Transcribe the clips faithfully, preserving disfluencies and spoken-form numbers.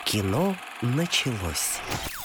Кино началось.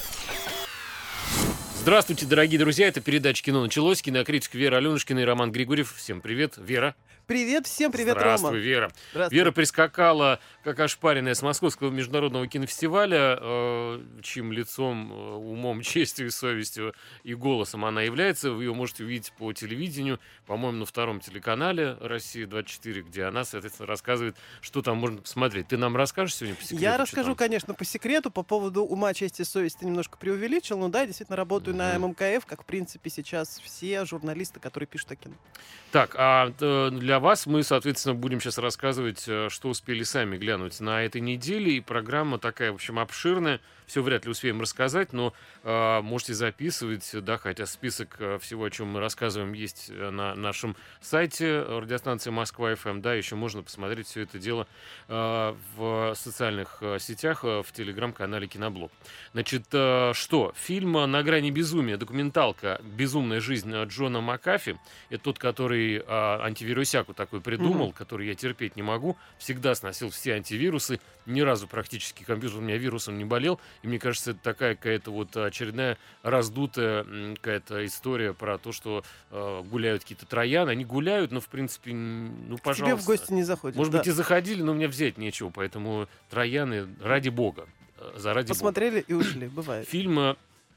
Здравствуйте, дорогие друзья, это передача «Кино началось». Кинокритик Вера Аленушкина и Роман Григорьев. Всем привет, Вера. Привет, всем привет, Здравствуй, Рома. Вера. Здравствуй. Вера прискакала, как ошпаренная, с Московского международного кинофестиваля, э, чьим лицом, э, умом, честью и совестью и голосом она является. Вы ее можете увидеть по телевидению, по-моему, на втором телеканале «Россия двадцать четыре», где она, соответственно, рассказывает, что там можно посмотреть. Ты нам расскажешь сегодня по секрету? Я что расскажу, там? конечно, по секрету. По поводу ума, чести, совести ты немножко преувеличил. Но да, я действительно работаю на Мгм. эм эм ка эф, как, в принципе, сейчас все журналисты, которые пишут о кино. Так, а э, для вас мы, соответственно, будем сейчас рассказывать, э, что успели сами глянуть на этой неделе. И программа такая, в общем, обширная. Все вряд ли успеем рассказать, но э, можете записывать, да, хотя список э, всего, о чем мы рассказываем, есть э, на нашем сайте э, радиостанции Москва эф эм. Да, еще можно посмотреть все это дело э, в социальных э, сетях, э, в телеграм-канале Киноблог. Значит, э, что? Фильм «На грани безумия», документалка «Безумная жизнь» Джона Макафи. Это тот, который э, антивирусяку такой придумал, Мгм. который я терпеть не могу. Всегда сносил все антивирусы. Ни разу практически компьютер у меня вирусом не болел. И мне кажется, это такая какая-то вот очередная раздутая м, какая-то история про то, что э, гуляют какие-то трояны. Они гуляют, но, в принципе, м, ну, К тебе пожалуйста. в гости не заходят. Может да. быть, и заходили, но у меня взять нечего. Поэтому трояны, ради бога. э, Заради бога. Посмотрели и ушли, бывает. Фильм э,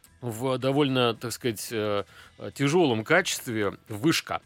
в довольно, так сказать, э, э, тяжелом качестве «Вышка».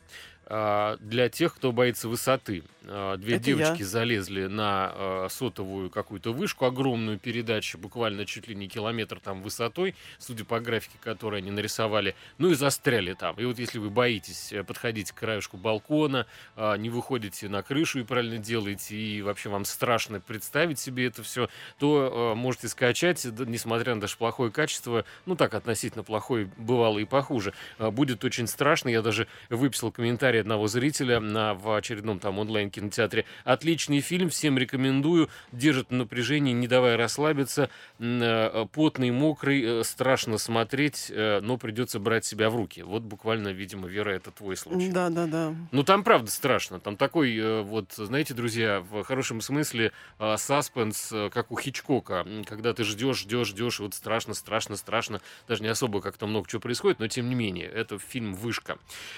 А, Для тех, кто боится высоты. А, Две Это девочки я. залезли на а, сотовую какую-то вышку, огромную передачу, буквально чуть ли не километр там высотой, судя по графике, которую они нарисовали, ну и застряли там. И вот если вы боитесь э, подходить к краешку балкона, а, не выходите на крышу и правильно делаете, и вообще вам страшно представить себе это все, то а, можете скачать, да, несмотря на даже плохое качество, ну так, относительно плохое, бывало и похуже. А, Будет очень страшно. Я даже выписал комментарий одного зрителя на, в очередном там онлайн-кинотеатре. Отличный фильм, всем рекомендую. Держит на напряжении, не давая расслабиться. М, э, Потный, мокрый, э, страшно смотреть, э, но придется брать себя в руки. Вот буквально, видимо, Вера, это твой случай. Да, да, да. Ну, там правда страшно. Там такой, э, вот, знаете, друзья, в хорошем смысле э, саспенс, э, как у Хичкока. М, Когда ты ждешь, ждешь, ждешь, и вот страшно, страшно, страшно. Даже не особо как-то много чего происходит, но тем не менее, это фильм «Вышка».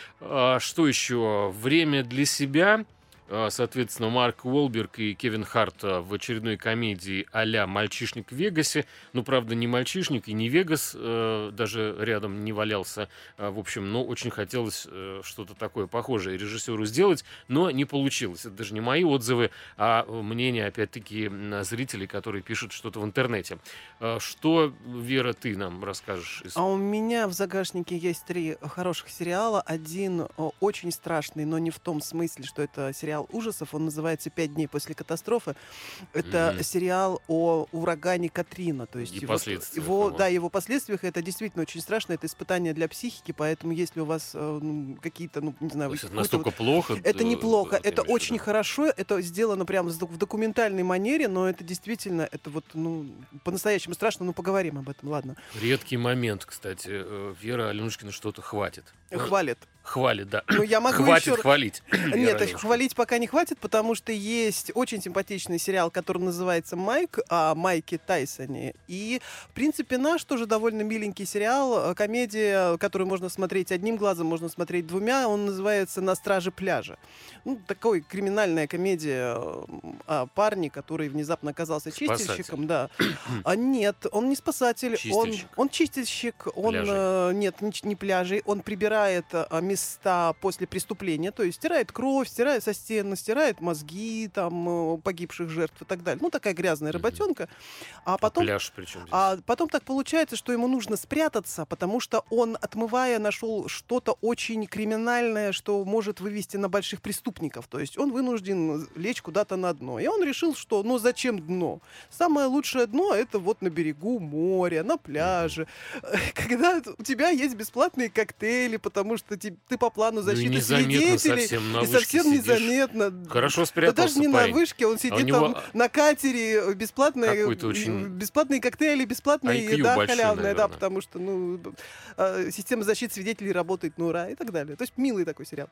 А, Что еще? «Время для себя». А, Соответственно, Марк Уолберг и Кевин Харт а, в очередной комедии а-ля «Мальчишник в Вегасе». Ну, правда, не «Мальчишник» и не «Вегас», э, даже рядом не валялся. А, В общем, но очень хотелось э, что-то такое похожее режиссеру сделать, но не получилось. Это даже не мои отзывы, а мнение, опять-таки, м, зрителей, которые пишут что-то в интернете. А, Что, Вера, ты нам расскажешь? из- А у меня в загашнике есть три хороших сериала. Один о, очень страшный, но не в том смысле, что это сериал ужасов. Он называется «Пять дней после катастрофы». Это Мгм. сериал о урагане Катрина. То есть И его, последствиях его, его. да, его последствиях. Это действительно очень страшно. Это испытание для психики. Поэтому если у вас э, ну, какие-то, ну, не знаю, То есть это какую-то настолько плохо? это э, неплохо, ты это имеешь в очень виду? хорошо, это сделано прямо с док- в документальной манере, но это действительно, это вот, ну, по-настоящему страшно, ну, поговорим об этом, ладно. Редкий момент, кстати. Э, Вера Аленушкина что-то хватит. Э, Хвалит. Хвалит, да. Ну, я могу Хватит еще... хвалить. Вера Нет, то есть Аленушкина. хвалить пока не хватит, потому что есть очень симпатичный сериал, который называется «Майк», о Майке Тайсоне. И, в принципе, наш тоже довольно миленький сериал, э, комедия, которую можно смотреть одним глазом, можно смотреть двумя. Он называется «На страже пляжа». Ну, такой криминальная комедия э, о парне, который внезапно оказался Спасатель. чистильщиком. Да. А нет, он не спасатель, он, Чистильщик. он чистильщик, он Пляжей. э, нет, не, ч- не пляжей, он прибирает э, места после преступления, то есть стирает кровь, стирает со стен, стирает мозги там э, погибших жертв и так далее. Ну, такая грязная Мгм. работенка. А А потом, пляж причем здесь? а потом так получается, что ему нужно спрятаться, потому что он, отмывая, нашел что-то очень криминальное, что может вывести на больших преступников. То есть он вынужден лечь куда-то на дно. И он решил, что ну зачем дно? Самое лучшее дно — это вот на берегу моря, на пляже. Когда у тебя есть бесплатные коктейли, потому что те- ты по плану Ну и защиты незаметно свидетелей. совсем на И вышке совсем сидишь. незаметно. Хорошо Да спрятался даже не парень. на вышке, он сидит него там на катере, бесплатные, какой-то очень бесплатные коктейли, бесплатная ай кью еда большой, халявная, да, наверное. потому что ну, э, система защиты свидетелей работает на ура и так далее. То есть милый такой сериал.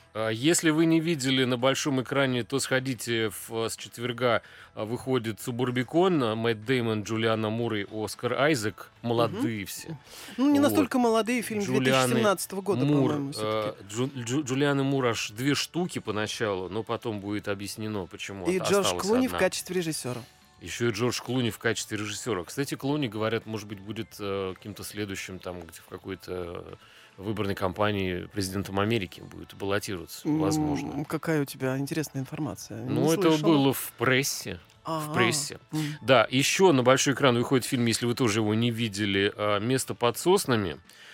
А Если вы не видели на большом экране, то сходите в, с четверга а, выходит «Субурбикон», а, Мэтт Дэймон, Джулиана Мур и Оскар Айзек. Молодые все. Ну, не Вот. настолько молодые, фильм две тысячи Джулианы семнадцатого года, Мур, по-моему, э, все-таки. Джу- Джу- Джулианы Мур аж две штуки поначалу, но потом будет объяснено, почему И от- Джордж осталась Клуни одна. в качестве режиссера. Еще и Джордж Клуни в качестве режиссера. Кстати, Клуни, говорят, может быть, будет э, каким-то следующим, там, где в какой-то э, выборной кампании президентом Америки будет баллотироваться, возможно. М, Какая у тебя интересная информация. Ну, Не это слышала. было в прессе. А, В прессе. м. Да, еще на большой экран выходит фильм, если вы тоже его не видели, э, «Место под соснами»,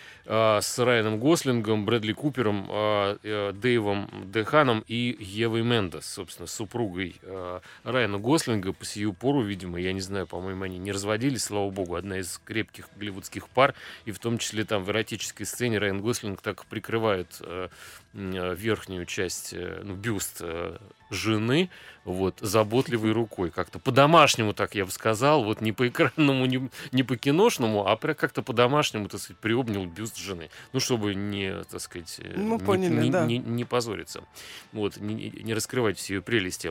э, с Райаном Гослингом, Брэдли Купером, э, э, Дэйвом Деханом и Евой Мендес, собственно, с супругой э, Райана Гослинга. По сию пору, видимо, я не знаю, по-моему, они не разводились, слава богу, одна из крепких голливудских пар, и в том числе там в эротической сцене Райан Гослинг так прикрывает э, э, верхнюю часть, э, ну, бюст э, жены, вот, заботливой рукой. Как-то по-домашнему, так я бы сказал, вот не по экранному, не, не по киношному, а прям как-то по-домашнему, так сказать, приобнял бюст жены. Ну, чтобы не, так сказать, э, Ну, не, поняли, не- да. не- не позориться. Вот, не, не раскрывать все ее прелести.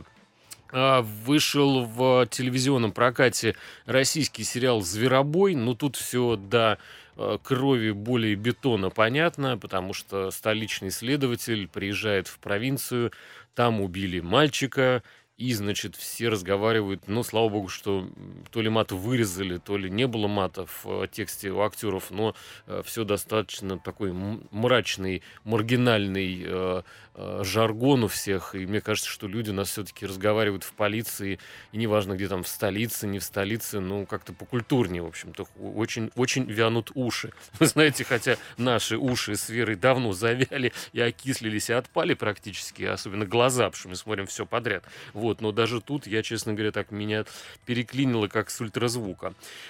А, Вышел в телевизионном прокате российский сериал «Зверобой». Ну, тут все до э, крови, боли и бетона понятно, потому что столичный следователь приезжает в провинцию, там убили мальчика, и, значит, все разговаривают, ну, слава богу, что м, то ли мат вырезали, то ли не было мата в э, тексте у актеров, но все достаточно такой м- мрачный, маргинальный э, э, жаргон у всех, и мне кажется, что люди у нас все-таки разговаривают в полиции, и неважно, где там, в столице, не в столице, ну, как-то покультурнее, в общем-то, очень, очень вянут уши. Вы знаете, хотя наши уши с Верой давно завяли и окислились, и отпали практически, особенно глаза, потому что мы смотрим все подряд. Вот, но даже тут я, честно говоря, так меня переклинило, как с ультразвука.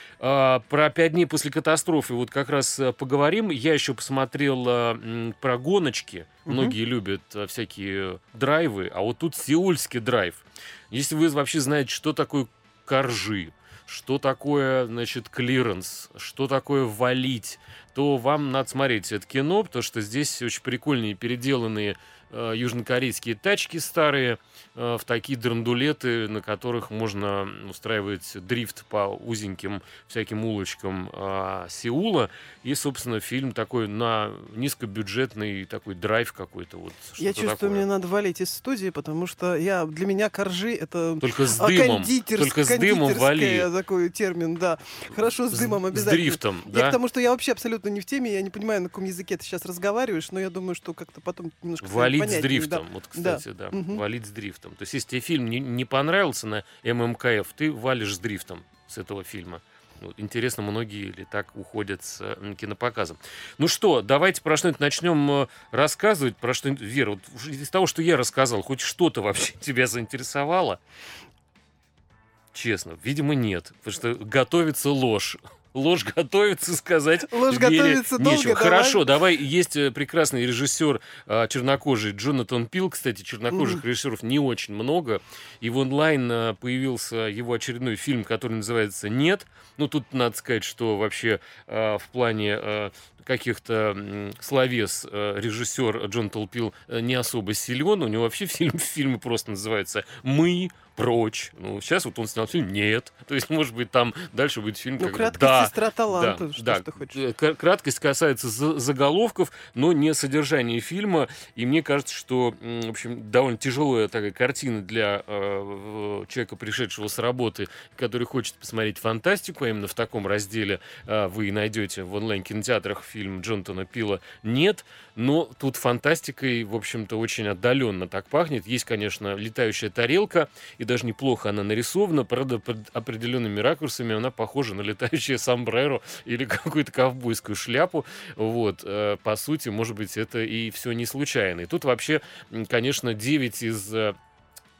А, про пять дней после катастрофы вот как раз а, поговорим. Я еще посмотрел а, м, про гоночки. Мгм. Многие любят а, всякие драйвы, а вот тут сеульский драйв. Если вы вообще знаете, что такое коржи, что такое, значит, клиренс, что такое валить, то вам надо смотреть это кино, потому что здесь очень прикольные переделанные э, южнокорейские тачки старые, э, в такие драндулеты, на которых можно устраивать дрифт по узеньким всяким улочкам э, Сеула. И, собственно, фильм такой на низкобюджетный такой драйв какой-то. Вот, Я что-то чувствую, такое. мне надо валить из студии, потому что я, для меня коржи это Только с а, дымом. кондитерс- Только с дымом кондитерская вали. такой термин, да. Хорошо, с С- дымом с обязательно. дрифтом, Я да? потому что я вообще абсолютно не в теме, я не понимаю, на каком языке ты сейчас разговариваешь, но я думаю, что как-то потом немножко станет Валить с понятнее, дрифтом. да. Вот, Да. кстати, да. Мгм. Валить с дрифтом. То есть, если тебе фильм не, не понравился на эм эм ка эф, ты валишь с дрифтом с этого фильма. Вот, интересно, многие ли так уходят с э, кинопоказом. Ну что, давайте про что-нибудь начнем э, рассказывать. Про что-нибудь. Вера, вот уж из того, что я рассказал, хоть что-то вообще тебя заинтересовало? Честно, видимо, нет. Потому что готовится ложь. Ложь готовится сказать. Ложь Вере готовится долго, нечего. давай. Хорошо, давай. Есть э, прекрасный режиссер э, чернокожий Джонатан Пил. Кстати, чернокожих Мгм. режиссеров не очень много. И в онлайн э, появился его очередной фильм, который называется «Нет». Ну, тут надо сказать, что вообще э, в плане э, каких-то м, словес э, режиссер Джонатан Пил э, не особо силен. У него вообще фильм, фильмы просто называются «Мы», «Прочь». Ну, сейчас вот он снял фильм «Нет». То есть, может быть, там дальше будет фильм Ну, как краткость «Да». сестра таланта, Да, что да. ж ты хочешь. Э, кра- Краткость касается за- заголовков, но не содержания фильма. И мне кажется, что, м, в общем, довольно тяжелая такая картина для э, в- человека, пришедшего с работы, который хочет посмотреть фантастику. А именно в таком разделе э, вы найдете в онлайн-кинотеатрах фильм Джонатана Пила «Нет». Но тут фантастикой, в общем-то, очень отдаленно так пахнет. Есть, конечно, летающая тарелка, и даже неплохо она нарисована. Правда, под определенными ракурсами она похожа на летающее сомбреро или какую-то ковбойскую шляпу. Вот, э, по сути, может быть, это и все не случайно. И тут вообще, м, конечно, девять из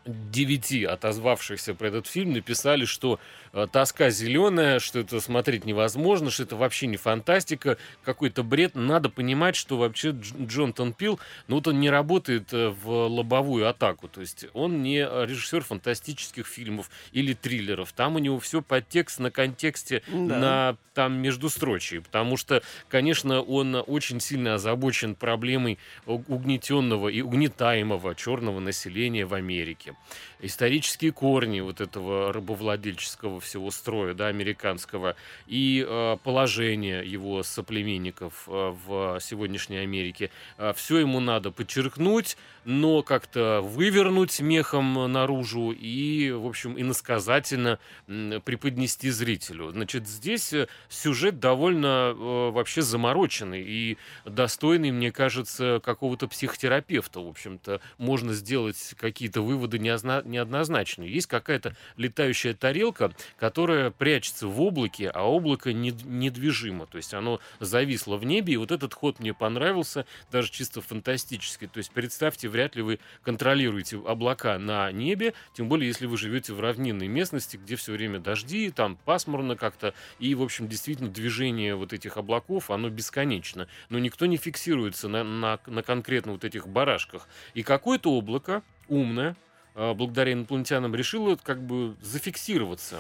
девяти отозвавшихся про этот фильм написали, что э, тоска зеленая, что это смотреть невозможно, что это вообще не фантастика, какой-то бред. Надо понимать, что вообще Дж- Джонатан Пил, ну вот он не работает э, в лобовую атаку, то есть он не режиссер фантастических фильмов или триллеров. Там у него все подтекст на контексте, Да. на там междустрочии, потому что, конечно, он очень сильно озабочен проблемой у- угнетенного и угнетаемого черного населения в Америке. Исторические корни вот этого рабовладельческого всего строя, да, американского, и э, положение его соплеменников э, в сегодняшней Америке. Все ему надо подчеркнуть, но как-то вывернуть мехом наружу и, в общем, иносказательно м, преподнести зрителю. Значит, здесь э, сюжет довольно э, вообще замороченный и достойный, мне кажется, какого-то психотерапевта. В общем-то, можно сделать какие-то выводы неозна- неоднозначные. Есть какая-то летающая тарелка, которая прячется в облаке, а облако нед- недвижимо. То есть оно зависло в небе, и вот этот ход мне понравился, даже чисто фантастически. То есть представьте, вряд ли вы контролируете облака на небе, тем более, если вы живете в равнинной местности, где все время дожди, там пасмурно как-то, и, в общем, действительно, движение вот этих облаков, оно бесконечно. Но никто не фиксируется на, на, на конкретно вот этих барашках. И какое-то облако умное, э, благодаря инопланетянам, решило как бы зафиксироваться.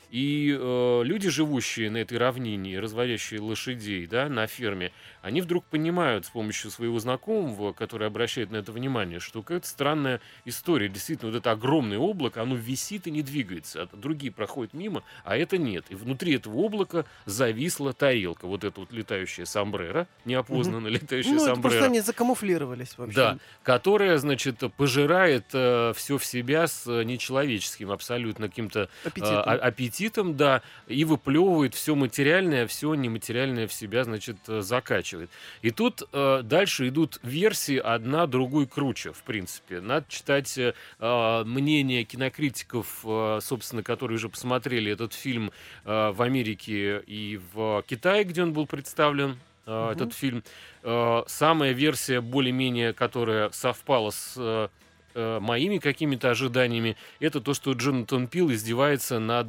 И э, люди, живущие на этой равнине, разводящие лошадей, да, на ферме, они вдруг понимают с помощью своего знакомого, который обращает на это внимание, что какая-то странная история. Действительно, вот это огромное облако, оно висит и не двигается. А другие проходят мимо, а это нет. И внутри этого облака зависла тарелка. Вот эта вот летающая сомбреро, неопознанно летающая Ну, это просто сомбреро. они закамуфлировались вообще. Да, которая, значит, пожирает э, все в себя с э, нечеловеческим абсолютно каким-то э, Аппетитом. а- аппетитом, да, и выплевывает все материальное, все нематериальное в себя, значит, э, закачивает. И тут э, дальше идут версии, одна другой круче, в принципе. Надо читать э, э, мнения кинокритиков, э, собственно, которые уже посмотрели этот фильм э, в Америке и в Китае, где он был представлен. Uh, Мгм. этот фильм. Uh, самая версия, более-менее, которая совпала с uh, uh, моими какими-то ожиданиями, это то, что Джонатан Пил издевается над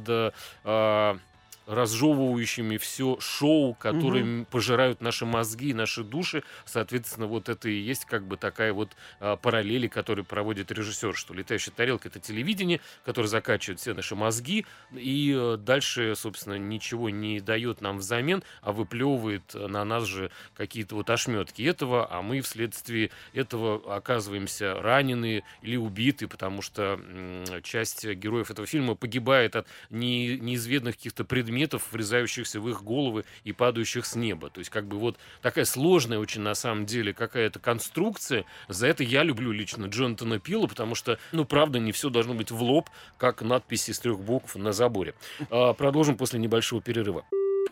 uh, разжевывающими все шоу, которые Мгм. м, пожирают наши мозги, наши души. Соответственно, вот это и есть как бы такая вот а, параллели, которую проводит режиссер, что летающая тарелка — это телевидение, которое закачивает все наши мозги, и э, дальше, собственно, ничего не дает нам взамен, а выплевывает э, на нас же какие-то вот ошметки этого, а мы вследствие этого оказываемся ранены или убиты, потому что м, часть героев этого фильма погибает от не- неизведанных каких-то предметов, врезающихся в их головы и падающих с неба. То есть как бы вот такая сложная очень на самом деле какая-то конструкция. За это я люблю лично Джонатана Пила, потому что, ну, правда, не все должно быть в лоб, как надписи из трех букв на заборе. А, продолжим после небольшого перерыва.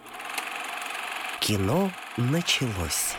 Кино началось.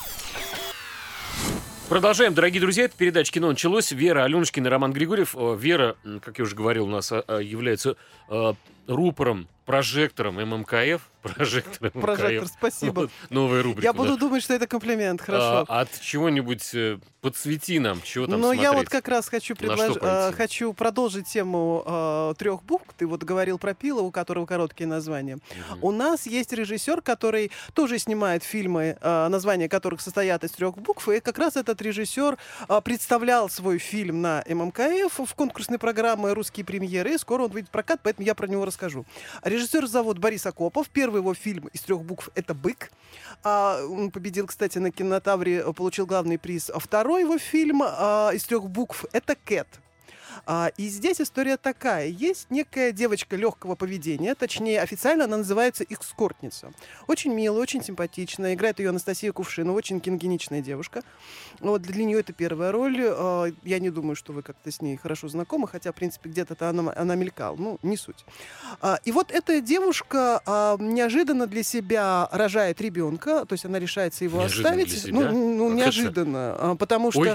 Продолжаем, дорогие друзья. Это передача «Кино началось». Вера Аленушкина и Роман Григорьев. Э, Вера, м, как я уже говорил, у нас а, а, является э, рупором, прожектором эм эм ка эф. Прожектор эм эм ка эф. Прожектор, спасибо. Вот, новая рубрика. Я да. буду думать, что это комплимент, хорошо. А, от чего-нибудь э, подсвети нам, чего там Но смотреть. я вот как раз хочу, На предлож... что пойти? э, хочу продолжить тему э, трех букв. Ты вот говорил про Пила, у которого короткие названия. Мгм. У нас есть режиссер, который тоже снимает фильмы, э, названия которых состоят из трех букв. И как раз этот режиссер э, представлял свой фильм на эм эм ка эф в конкурсной программе «Русские премьеры». И скоро он выйдет в прокат, поэтому я про него расскажу. Режиссер зовут Борис Акопов. Первый его фильм из трех букв — это «Бык». А, он победил, кстати, на Кинотавре, получил главный приз. А второй его фильм а, из трех букв — это «Кэт». А, и здесь история такая. Есть некая девочка легкого поведения, точнее, официально она называется эскортница. Очень милая, очень симпатичная. Играет ее Анастасия Кувшинова, очень киногеничная девушка. Вот для нее это первая роль. А, я не думаю, что вы как-то с ней хорошо знакомы, хотя, в принципе, где-то она, она мелькала. Ну, не суть. А, и вот эта девушка а, неожиданно для себя рожает ребенка, то есть она решается его Неожиданно оставить. для себя? Ну, ну, Как это? неожиданно, а, потому что... Ой.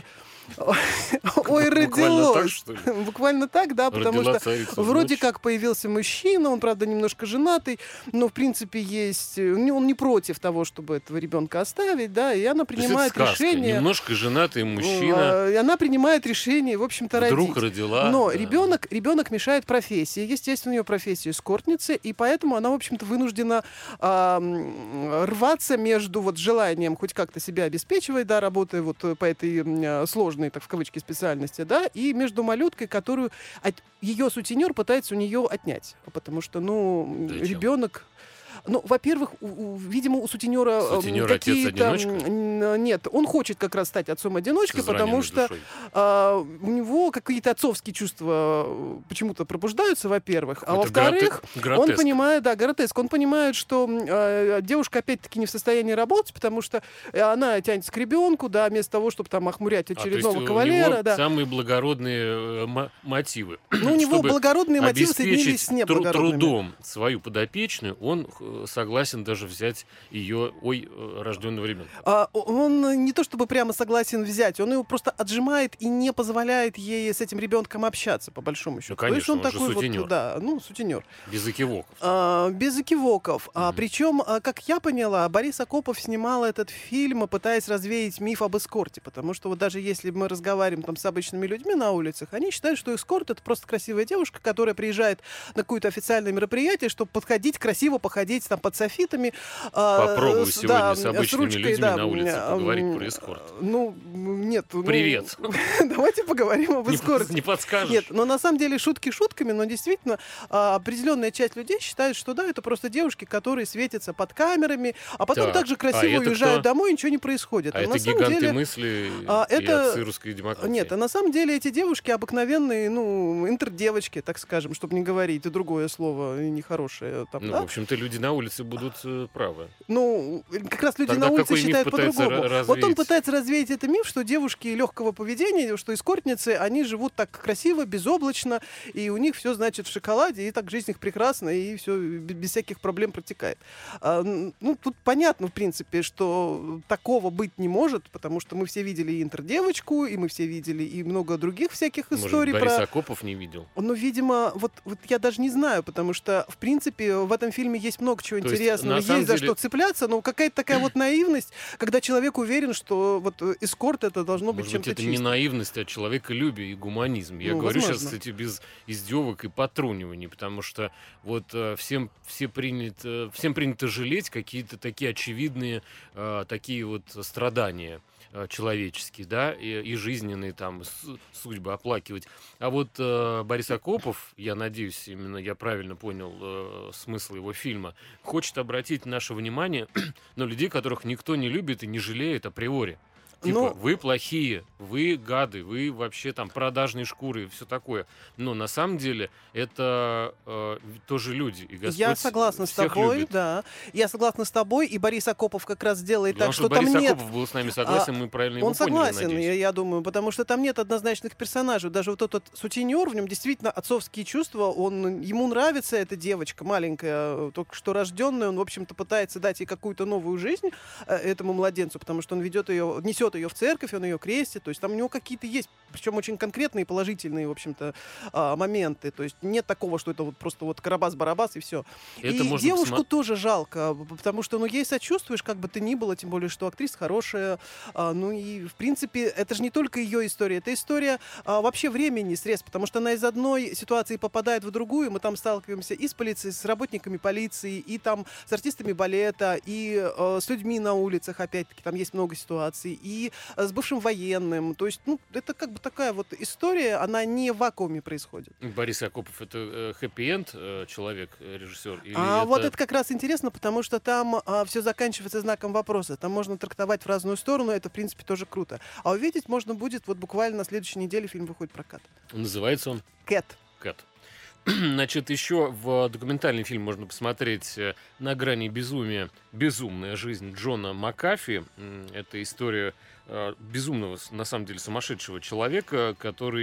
Ой, Буквально так, родилось. что ли? Буквально так, да, потому Родила что царица в вроде ночь. как появился мужчина, он, правда, немножко женатый, но, в принципе, есть... э, не- Он не против того, чтобы этого ребенка оставить, да, и она То есть это принимает сказка. решение... Немножко женатый мужчина э, И она принимает решение, в общем-то, вдруг родить. родила. Но да. ребенок, ребенок мешает профессии. Естественно, у нее профессия эскортницы, и поэтому она, в общем-то, вынуждена а, м, рваться между вот желанием хоть как-то себя обеспечивать, да, работая вот э, по этой м, а, сложной, так в кавычки, специальности, да, и между малюткой, которую от, ее сутенер пытается у нее отнять. Потому что, ну, Зачем? ребенок... Ну, во-первых, у- у- видимо, у сутенера, эм, Сутенер какие-то... отец-одиночка? м, Нет, он хочет как раз стать отцом-одиночкой, С потому раненой что душой. а, у него какие-то отцовские чувства э, почему-то пробуждаются, во-первых. А Это во-вторых, гроте- он гротеск. понимает, да, гротеск, он понимает, что м, э, девушка опять-таки не в состоянии работать, потому что э, она тянется к ребенку, да, вместо того, чтобы там охмурять А, то есть очередного у кавалера, него да. самые благородные э, мо- мотивы. Ну, у него Чтобы благородные мотивы соединились обеспечить с тру- неблагородными. трудом свою подопечную, он э, согласен даже взять ее, ой, э, рожденного ребенка. А, о- он не то чтобы прямо согласен взять, он его просто отжимает и не позволяет ей с этим ребенком общаться, по большому счету. То есть конечно, он он же такой сутенер. вот, да, ну, сутенер. Без экивоков. А, без экивоков. А, Мгм. причем, а, как я поняла, Борис Акопов снимал этот фильм, пытаясь развеять миф об эскорте. Потому что вот даже если мы разговариваем там с обычными людьми на улицах, они считают, что эскорт — это просто красивая девушка, которая приезжает на какое-то официальное мероприятие, чтобы подходить, красиво походить там под софитами. а, Попробую с- сегодня да, с обычными ручкой, людьми да, на улице м, поговорить м, про эскорт. Ну, нет. ну, Привет. Давайте поговорим об Не, эскорте. под- не подскажешь? Нет, но на самом деле шутки шутками, но действительно а, определенная часть людей считает, что да, это просто девушки, которые светятся под камерами, а потом Так, также а красиво это уезжают кто? домой, и ничего не происходит. А на это самом гиганты деле, мысли а, и это- отцы русской демократии. нет, а на самом деле эти девушки обыкновенные, ну, интердевочки, так скажем, чтобы не говорить другое слово нехорошее. Там, Ну, да? в общем-то, люди на улице будут э, правы. Ну, как раз люди Тогда на улице какой миф считают пытается по-другому. ра- Вот он развеять? пытается развеять этот миф, что девушки легкого поведения, что эскортницы, они живут так красиво, безоблачно, и у них все, значит, в шоколаде, и так жизнь их прекрасна, и все без всяких проблем протекает. А, н- ну, тут понятно, в принципе, что такого быть не может, потому что мы все видели и интердевочку, и мы все видели и много других всяких Может, историй Борис про... Акопов не видел? Ну, видимо, вот, вот я даже не знаю, потому что, в принципе, в этом фильме есть много чего То есть, интересного, на есть самом за деле- что цепляться, но какая-то такая вот наивность, когда человек уверен, что вот э, эскорт это должно быть Может быть, чем-то это не чистым. наивность, а человеколюбие и гуманизм. Я Ну, говорю сейчас, возможно. кстати, без издевок и потруниваний, потому что вот э, всем, все принято, всем принято жалеть какие-то такие очевидные, э, такие вот страдания э, человеческие, да, и, и жизненные там с- судьбы оплакивать. А вот э, Борис Акопов, я надеюсь, именно я правильно понял э, смысл его фильма, хочет обратить наше внимание на людей, которых никто не любит и не жалеет априори. Типа, Ну- вы плохие, вы гады, вы вообще там продажные шкуры и все такое. Но на самом деле это э, тоже люди. И Господь Я согласна с всех тобой, любит. да. Я согласна с тобой, и Борис Акопов как раз делает Главное, так, что что там Борис нет... Акопов был с нами согласен, мы правильно его Он поняли, согласен, надеюсь. я, я думаю, потому что там нет однозначных персонажей. Даже вот этот сутенер, в нем действительно отцовские чувства, он, ему нравится эта девочка маленькая, только что рожденная, он, в общем-то, пытается дать ей какую-то новую жизнь, э, этому младенцу, потому что он ведет ее, несет ее в церковь, он ее крестит, то есть там у него какие-то есть, причем очень конкретные положительные, в общем-то, а, моменты, то есть нет такого, что это вот просто вот карабас-барабас и все. Это И можно девушку посма- тоже жалко, п- потому что, ну, ей сочувствуешь, как бы ты ни было, тем более, что актриса хорошая. А, ну и, в принципе, это же не только ее история, это история а, вообще времени, средств, потому что она из одной ситуации попадает в другую. Мы там сталкиваемся и с полицией, с работниками полиции, и там с артистами балета, и э, с людьми на улицах, опять-таки, там есть много ситуаций, и э, с бывшим военным. То есть, ну, это как бы такая вот история, она не в вакууме происходит. Борис Акопов это э, хэппи-энд э, человек, э, режиссер? Или А это... вот это как раз интересно, потому что там все заканчивается знаком вопроса. Там можно трактовать в разную сторону, это, в принципе, тоже круто. А увидеть можно будет вот буквально на следующей неделе фильм выходит в прокат. Называется он Кэт. «Кэт». Значит, еще в документальный фильм можно посмотреть э, «На грани безумия. Безумная жизнь Джона Макафи». М, Это история э, безумного, с- на самом деле, сумасшедшего человека, который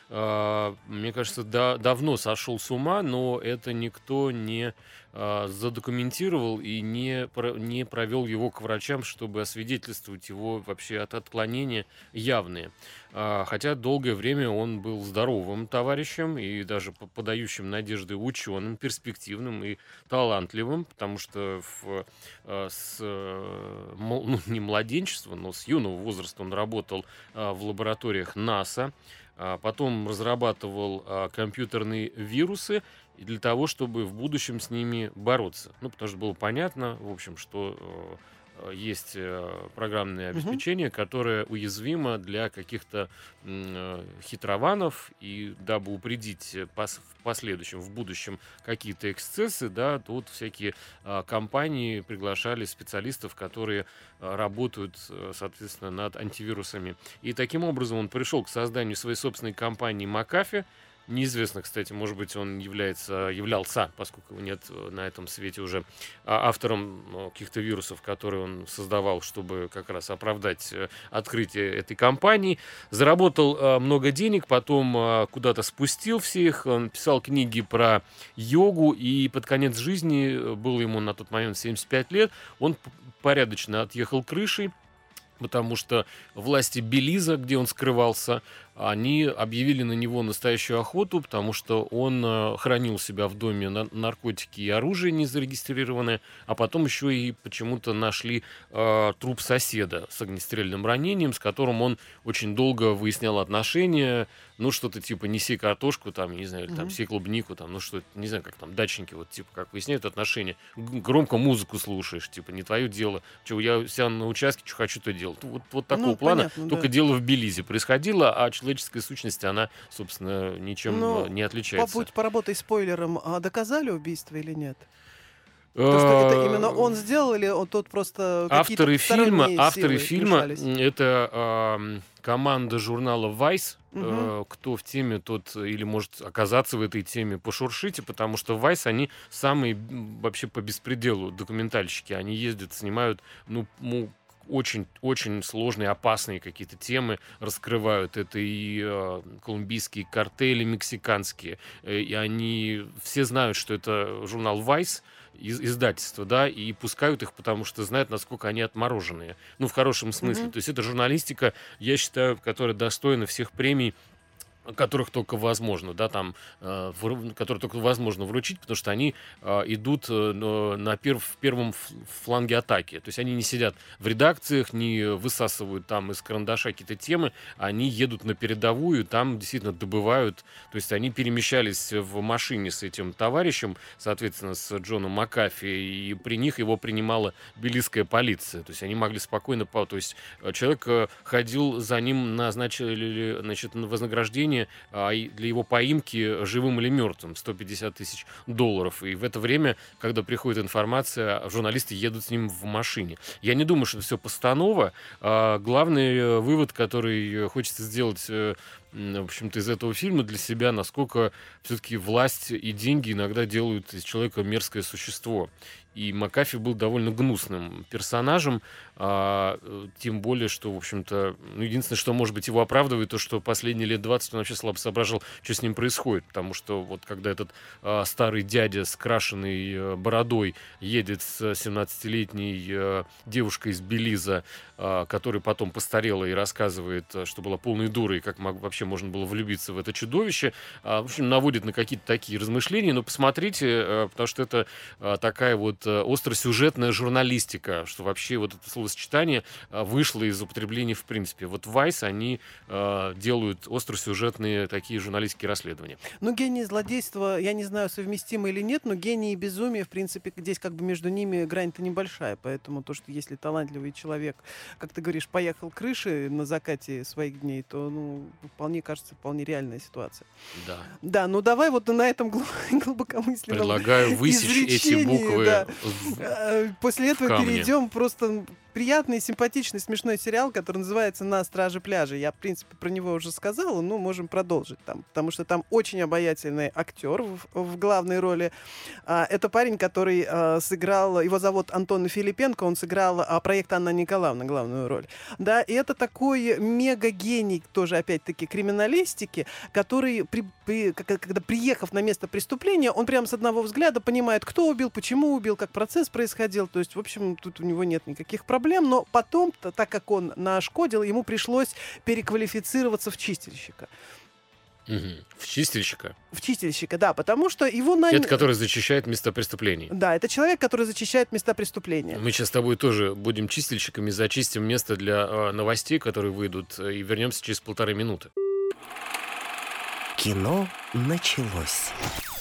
э, мне кажется, да, давно сошел с ума, но это никто не э, задокументировал и не, про- не провел его к врачам, чтобы освидетельствовать его вообще от отклонения явные. А, Хотя долгое время он был здоровым товарищем и даже по- подающим надежды ученым, перспективным и талантливым, потому что в, э, с э, мол- ну, не младенчества, но с юного возраста он работал а, в лабораториях НАСА, а потом разрабатывал а, компьютерные вирусы и для того, чтобы в будущем с ними бороться. Ну, потому что было понятно, в общем, что э, э, есть э, программное Мгм. обеспечение, которое уязвимо для каких-то м, э, хитрованов, и дабы упредить э, пос- в последующем, в будущем какие-то эксцессы, да, тут всякие а, компании приглашали специалистов, которые а, работают, э, соответственно, над антивирусами. И таким образом он пришел к созданию своей собственной компании McAfee. Неизвестно, кстати, может быть, он является, являлся, поскольку его нет э, на этом свете уже, а, автором э, каких-то вирусов, которые он создавал, чтобы как раз оправдать э, открытие этой компании. Заработал э, много денег, потом э, куда-то спустил всех, он писал книги про йогу, и под конец жизни, э, было ему на тот момент семьдесят пять лет, он п- порядочно отъехал крышей, потому что власти Белиза, где он скрывался, они объявили на него настоящую охоту, потому что он э, хранил у себя в доме на- наркотики и оружие незарегистрированное, а потом еще и почему-то нашли э, труп соседа с огнестрельным ранением, с которым он очень долго выяснял отношения, ну что-то типа неси картошку, там, не знаю, или там Мгм. сей клубнику, там, ну что, не знаю, как там дачники, вот типа как выясняют отношения, Г- громко музыку слушаешь, типа не твое дело, что я себя на участке, что хочу, то делать. Вот, вот такого Ну, плана, понятно, только да. дело в Белизе происходило, а человеческая сущность, она, собственно, ничем э, Ну, не отличается. побудь, поработай спойлером, а доказали убийство или нет? То, что это именно он Э, сделал, или он тут просто какие-то Авторы фильма, посторонние авторы силы фильма вмешались? м, это ам, команда журнала Vice. Мгм. Э, Кто в теме, тот э, или может оказаться в этой теме, пошуршите, потому что Vice, они самые м, вообще по беспределу документальщики. Они ездят, снимают, ну, ну, очень, очень сложные, опасные какие-то темы раскрывают. Это и э, колумбийские картели мексиканские, э, и они все знают, что это журнал Vice, из- издательство, да, и пускают их, потому что знают, насколько они отмороженные. Ну, в хорошем смысле. Мгм. То есть это журналистика, я считаю, которая достойна всех премий, которых только возможно, да, там, э, вру- которые только возможно вручить, потому что они э, идут э, но на перв- в первом ф- фланге атаки. То есть они не сидят в редакциях, не высасывают там из карандаша какие-то темы, они едут на передовую, там действительно добывают. То есть они перемещались в машине с этим товарищем, соответственно, с Джоном Макафи, и при них его принимала белизская полиция. То есть они могли спокойно... по- То есть э, человек э, ходил за ним, назначили, значит, на вознаграждение а, и для его поимки живым или мертвым, сто пятьдесят тысяч долларов. И в это время, когда приходит информация, журналисты едут с ним в машине. Я не думаю, что это все постанова. А, главный э, вывод, который э, хочется сделать, э, м, в общем-то, из этого фильма для себя, насколько все-таки власть и деньги иногда делают из человека мерзкое существо. И Макафи был довольно гнусным персонажем, а, э, тем более, что, в общем-то, ну, единственное, что, может быть, его оправдывает, то, что последние лет двадцать он вообще слабо соображал, что с ним происходит, потому что вот когда этот а, старый дядя с крашеной э, бородой едет с семнадцатилетней э, девушкой из Белиза, а, которая потом постарела и рассказывает, э, что была полной дурой, как мог- вообще можно было влюбиться в это чудовище, а, в общем, наводит на какие-то такие размышления, но посмотрите, э, потому что это а, такая вот э, остросюжетная журналистика, что вообще вот это словосочетание а, вышло из употребления в принципе. Вот Vice, они а, делают остросюжетные такие журналистские расследования. Ну, гений и злодейство, я не знаю, совместимо или нет, но гений и безумие, в принципе, здесь как бы между ними грань-то небольшая. Поэтому то, что если талантливый человек, как ты говоришь, поехал крыши на закате своих дней, то, ну, вполне кажется, вполне реальная ситуация. Да. Да, ну давай вот на этом глу- глубокомысленном Предлагаю высечь эти изречении, буквы да. в, Э, После в этого камне. перейдем просто приятный, симпатичный, смешной сериал, который называется «На страже пляжа». Я, в принципе, про него уже сказала, но можем продолжить там, потому что там очень обаятельный актер в, в главной роли. А, это парень, который а, сыграл, его зовут Антон Филипенко, он сыграл а, проект «Анна Николаевна» главную роль. Да, и это такой мега-гений, тоже, опять-таки, криминалистики, который, при, при, когда приехав на место преступления, он прямо с одного взгляда понимает, кто убил, почему убил, как процесс происходил. То есть, в общем, тут у него нет никаких проблем. Но потом, так как он нашкодил, ему пришлось переквалифицироваться в чистильщика. Угу. В чистильщика? В чистильщика, да, потому что его наняли... Это который зачищает места преступлений? Да, это человек, который зачищает места преступления. Мы сейчас с тобой тоже будем чистильщиками, зачистим место для э, новостей, которые выйдут, и вернемся через полторы минуты. Кино началось.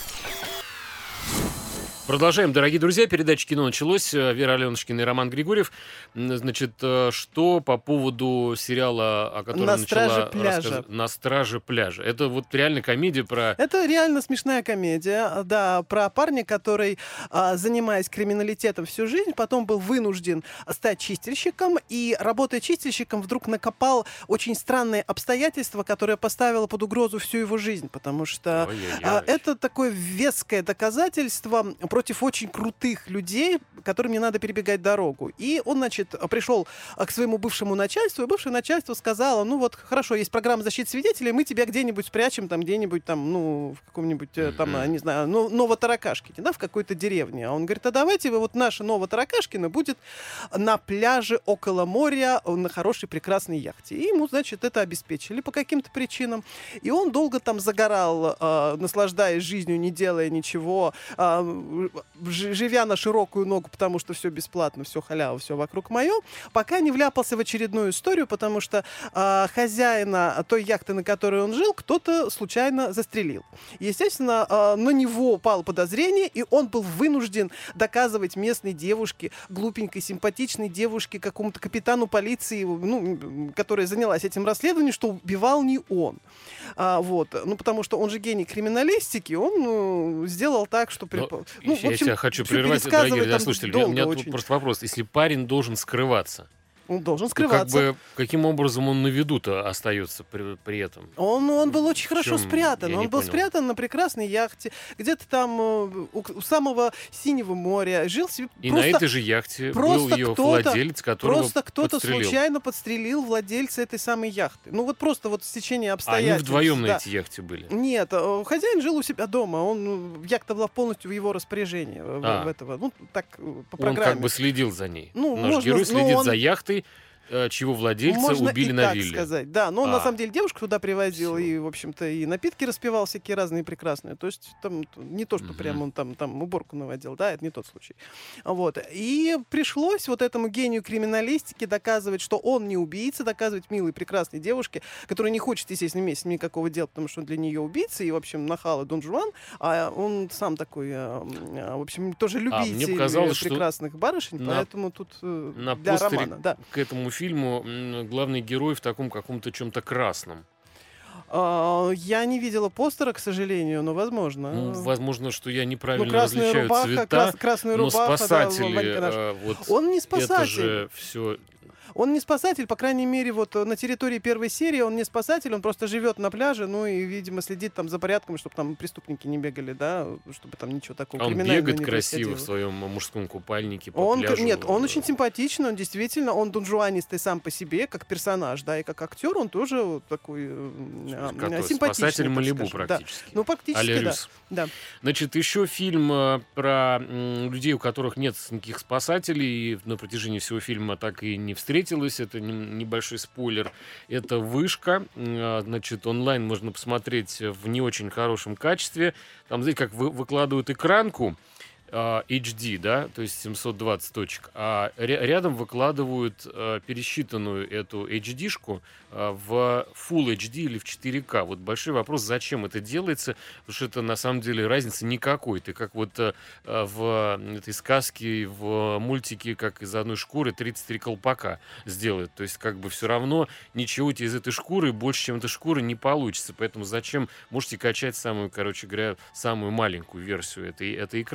Продолжаем, дорогие друзья. Передача «Кино» началось. Вера Аленушкина и Роман Григорьев. Значит, что по поводу сериала, о котором «На начала страже пляжа». рассказывать? «На страже пляжа». Это вот реально комедия про... Это реально смешная комедия, да, про парня, который, а, занимаясь криминалитетом всю жизнь, потом был вынужден стать чистильщиком, и, работая чистильщиком, вдруг накопал очень странные обстоятельства, которые поставило под угрозу всю его жизнь, потому что а, это такое веское доказательство против очень крутых людей, которым не надо перебегать дорогу. И он, значит, пришел к своему бывшему начальству, и бывшее начальство сказало: ну вот, хорошо, есть программа защиты свидетелей, мы тебя где-нибудь спрячем, там, где-нибудь там, ну, в каком-нибудь, там, mm-hmm. не знаю, ну, Новотаракашкине, да, в какой-то деревне. А он говорит: а давайте вы, вот наша Новотаракашкина будет на пляже около моря на хорошей, прекрасной яхте. И ему, значит, это обеспечили по каким-то причинам. И он долго там загорал, э, наслаждаясь жизнью, не делая ничего, э, живя на широкую ногу, потому что все бесплатно, все халява, все вокруг мое, пока не вляпался в очередную историю, потому что э, хозяина той яхты, на которой он жил, кто-то случайно застрелил. Естественно, э, на него упало подозрение, и он был вынужден доказывать местной девушке, глупенькой, симпатичной девушке, какому-то капитану полиции, ну, которая занялась этим расследованием, что убивал не он. А, вот. Ну, потому что он же гений криминалистики, он ну, сделал так, что... При... Но, ну, в я общем, тебя хочу прервать, дорогие радиослушатели. У меня очень. тут просто вопрос. Если парень должен скрываться, он должен скрываться. Ну, как бы, каким образом он на виду-то остается при, при этом? Он, он был очень хорошо спрятан. Он был понял. спрятан на прекрасной яхте, где-то там у, у самого Синего моря. Жил себе... И просто, на этой же яхте был ее владелец, которого Просто кто-то подстрелил. случайно подстрелил владельца этой самой яхты. Ну вот просто вот стечение обстоятельств. Они вдвоем да. на этой яхте были? Нет, хозяин жил у себя дома. Он, яхта была полностью в его распоряжении. А. В этого. Ну, так, по программе. Он как бы следил за ней. Ну, Наш можно, герой следит он... за яхтой, чьего владельца Можно убили и на так вилле. сказать, да. Но он, а. на самом деле, девушку туда привозил, Всё. и, в общем-то, и напитки распивал всякие разные прекрасные. То есть там не то, что Мгм. прям он там, там уборку наводил, да, это не тот случай. Вот. И пришлось вот этому гению криминалистики доказывать, что он не убийца, доказывать милой, прекрасной девушке, которая не хочет, естественно, иметь с ним никакого дела, потому что он для нее убийца, и, в общем, нахал и Дон Жуан, а он сам такой, а, в общем, тоже любитель мне показалось, прекрасных барышень, на- поэтому тут э, На для постере романа, да. к этому фильму м, главный герой в таком каком-то чем-то красном. А, Я не видела постера, к сожалению, но возможно. Ну, возможно, что я Ну, неправильно красная различаю рубаха, цвета, крас- красная но рубаха, да, спасатели, Ванька наш. э, вот Он не это спасатель. же все... Он не спасатель, по крайней мере, вот на территории первой серии он не спасатель, он просто живет на пляже, ну и, видимо, следит там за порядком, чтобы там преступники не бегали, да, чтобы там ничего такого Он криминального бегает не красиво в происходило. своем мужском купальнике по Он, пляжу. нет, он очень симпатичный, он действительно, он донжуанистый сам по себе, как персонаж, да, и как актер, он тоже вот такой э, а, Какой? симпатичный. Спасатель так Малибу скажем, да. практически. Ну, практически, А-ля да. Рюс. да. Значит, еще фильм э, про м, людей, у которых нет никаких спасателей, и на протяжении всего фильма так и не встретилось. Это не- небольшой спойлер. Это «Вышка». Э, Значит, онлайн можно посмотреть в не очень хорошем качестве. Там, знаете, как вы- выкладывают экранку, а, эйч ди, да, то есть семьсот двадцать точек, а ря- рядом выкладывают а, пересчитанную эту эйч ди-шку а, в Full эйч ди или в четыре ка. Вот большой вопрос, зачем это делается, потому что это на самом деле разницы никакой. Ты как вот а, а, в этой сказке, в мультике, как из одной шкуры тридцать три колпака сделают. То есть как бы все равно ничего у тебя из этой шкуры больше, чем этой шкуры, не получится. Поэтому зачем? Можете качать самую, короче говоря, самую маленькую версию этой, этой экранки,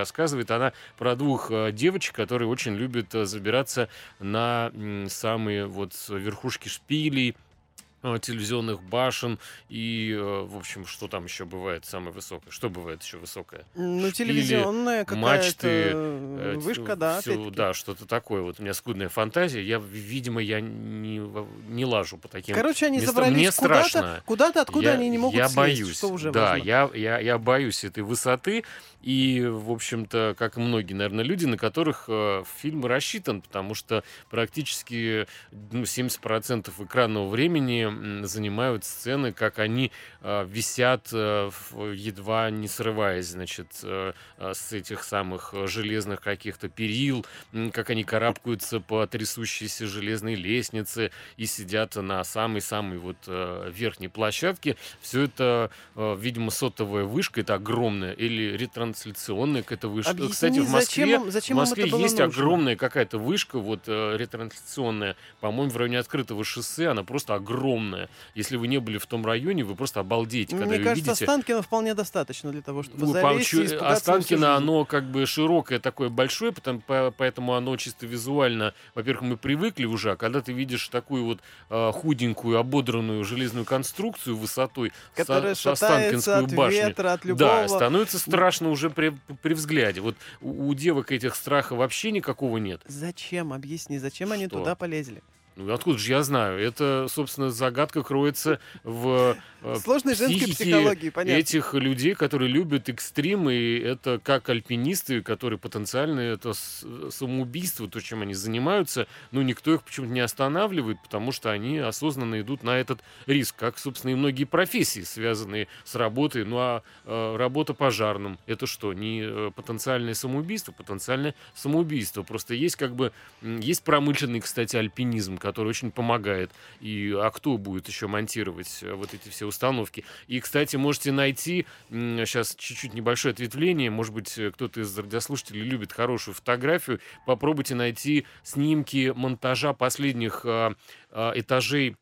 рассказывает она про двух э, девочек, которые очень любят э, забираться на м, самые вот верхушки шпилей, э, телевизионных башен и, э, в общем, что там еще бывает самое высокое? Что бывает еще высокое? Ну, Шпили, телевизионная мачты, какая-то э, вышка, да, все, опять-таки. да, что-то такое. Вот у меня скудная фантазия. Я, видимо, я не, во- не лажу по таким Короче, они местам. забрались Мне куда-то, страшно. куда-то, откуда Я, они не могут я слезть, боюсь, что уже да, важно. я, я, я боюсь этой высоты. И, в общем-то, как и многие, наверное, люди, на которых э, фильм рассчитан, потому что практически ну, семьдесят процентов экранного времени м, занимают сцены, как они э, висят, э, в- едва не срываясь, значит, э, э, с этих самых э, железных каких-то перил, м, как они карабкаются по трясущейся железной лестнице и сидят на самой-самой вот э, верхней площадке. Все это, э, видимо, сотовая вышка, это огромная, или ретрансляционная какая-то вышка. Объясни, Кстати, в зачем Москве, им, в зачем им Москве это было есть нужно? огромная какая-то вышка, вот э, ретрансляционная, по-моему, в районе Открытого шоссе, она просто огромная. Если вы не были в том районе, вы просто обалдеете, когда Мне ее кажется, видите. Останкино вполне достаточно для того, чтобы Ну, залезть Памчу- и испугаться на всю Останкино, жизнь. оно как бы широкое, такое большое, потом, по- поэтому оно чисто визуально, во-первых, мы привыкли уже, а когда ты видишь такую вот э, худенькую, ободранную железную конструкцию высотой Которая со, со шатается Останкинскую от башню, ветра, от да, любого. становится страшно уже при, при взгляде. Вот у, у девок этих страха вообще никакого нет. Зачем? Объясни, зачем они Что? туда полезли? Ну, откуда же я знаю? Это, собственно, загадка кроется в э, Сложной женской психике психологии, понятно. этих людей, которые любят экстрим, и это как альпинисты, которые потенциально это с- самоубийство, то, чем они занимаются, но никто их почему-то не останавливает, потому что они осознанно идут на этот риск, как, собственно, и многие профессии, связанные с работой. Ну, а э, работа пожарным, это что, не э, потенциальное самоубийство? Потенциальное самоубийство. Просто есть как бы, м, есть промышленный, кстати, альпинизм, который очень помогает. И, а кто будет еще монтировать э, вот эти все установки? И, кстати, можете найти, сейчас чуть-чуть небольшое ответвление, может быть, э, кто-то из радиослушателей любит хорошую фотографию, попробуйте найти снимки монтажа последних э, э, этажей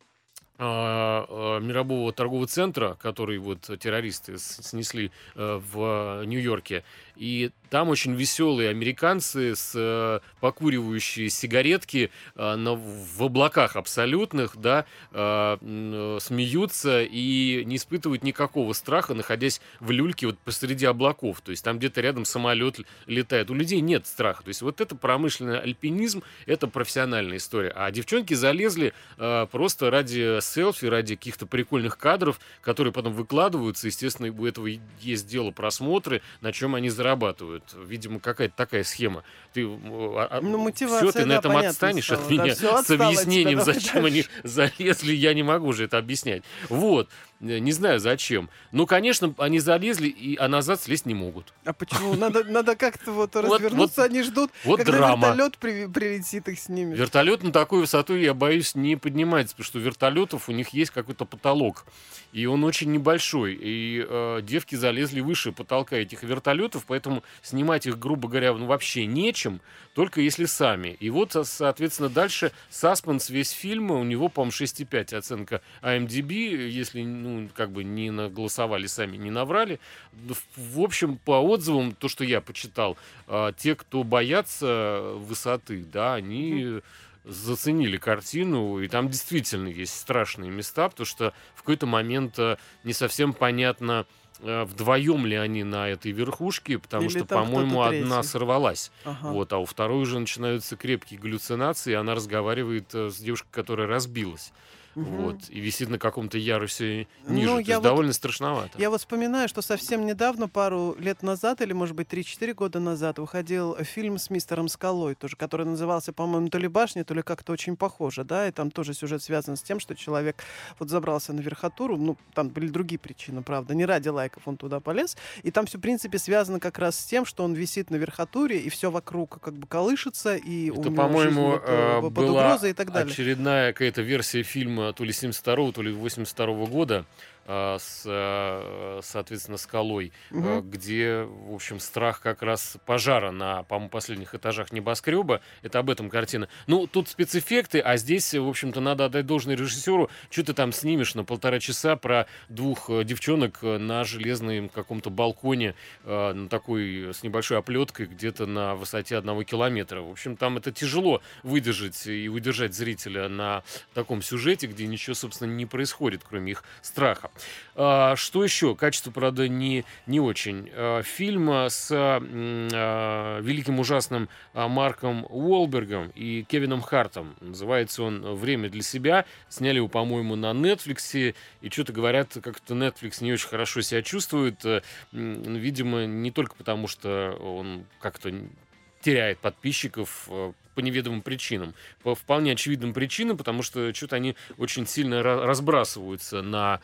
а, а, мирового торгового центра, который вот террористы с- снесли э, в Нью-Йорке. И там очень веселые американцы с э, покуривающие сигаретки э, на- в облаках абсолютных, да, э, м, э, смеются и не испытывают никакого страха, находясь в люльке вот посреди облаков. То есть там где-то рядом самолет л- летает. У людей нет страха. То есть вот это промышленный альпинизм, это профессиональная история. А девчонки залезли э, просто ради селфи, ради каких-то прикольных кадров, которые потом выкладываются. Естественно, у этого и есть дело просмотры, на чем они зарабатывают. Видимо, какая-то такая схема. Ты, Ну, мотивация, все, ты на да, этом понятно отстанешь стала. от Да, меня всё с отстало от тебя, объяснением, давай зачем они дальше. залезли, я не могу же это объяснять. Вот. Э, Не знаю, зачем. Ну, конечно, они залезли, и, а назад слезть не могут. А почему? Надо, надо как-то вот Вот- развернуться, вот- они ждут, вот когда драма. вертолет при- прилетит, их снимет. Вертолет на такую высоту, я боюсь, не поднимается, потому что у вертолетов у них есть какой-то потолок. И он очень небольшой. И э, девки залезли выше потолка этих вертолетов, поэтому снимать их, грубо говоря, ну, вообще нечем, только если сами. И вот, со- соответственно, дальше саспенс весь фильма, у него, по-моему, шесть и пять оценка ай эм ди би, если, ну, как бы не наголосовали сами, не наврали. В, в общем, по отзывам, то, что я почитал, э, те, кто боятся высоты, да, они заценили картину, и там действительно есть страшные места, потому что в какой-то момент э, не совсем понятно, э, вдвоем ли они на этой верхушке, потому Или что, там по-моему, кто-то одна третий. сорвалась. Ага. Вот, а у второй уже начинаются крепкие галлюцинации, и она разговаривает э, с девушкой, которая разбилась. Мгм. Вот, и висит на каком-то ярусе Ну, ниже. То я есть вот- довольно страшновато. Я вот вспоминаю, что совсем недавно, пару лет назад, или, может быть, три-четыре года назад, выходил фильм с мистером Скалой, тоже, который назывался, по-моему, то ли «Башня», то ли как-то очень похоже, да, и там тоже сюжет связан с тем, что человек вот забрался на верхотуру, ну, там были другие причины, правда, не ради лайков он туда полез, и там все, в принципе, связано как раз с тем, что он висит на верхотуре, и все вокруг как бы колышется, и у Это, него по-моему, жизнь вот, э, э, под была угрозой и так далее. очередная какая-то версия фильма то ли семьдесят второго, то ли восемьдесят второго года э, с, э, соответственно, скалой, Мгм. э, где, в общем, страх как раз пожара на, по-моему, последних этажах небоскреба. Это об этом картина. Ну, тут спецэффекты, а здесь, в общем-то, надо отдать должное режиссеру. Что ты там снимешь на полтора часа про двух э, девчонок э, на железном каком-то балконе, э, на такой, с небольшой оплеткой, где-то на высоте одного километра. В общем, там это тяжело выдержать и удержать зрителя на таком сюжете, где ничего, собственно, не происходит, кроме их страха. А, что еще? Качество, правда, не, не очень. А, фильм а, с м, а, великим ужасным а, Марком Уолбергом и Кевином Хартом. Называется он «Время для себя». Сняли его, по-моему, на Netflix. И что-то говорят, как-то Netflix не очень хорошо себя чувствует. Э, м, Видимо, не только потому, что он как-то теряет подписчиков э, по неведомым причинам. По вполне очевидным причинам, потому что что-то они очень сильно ра- разбрасываются на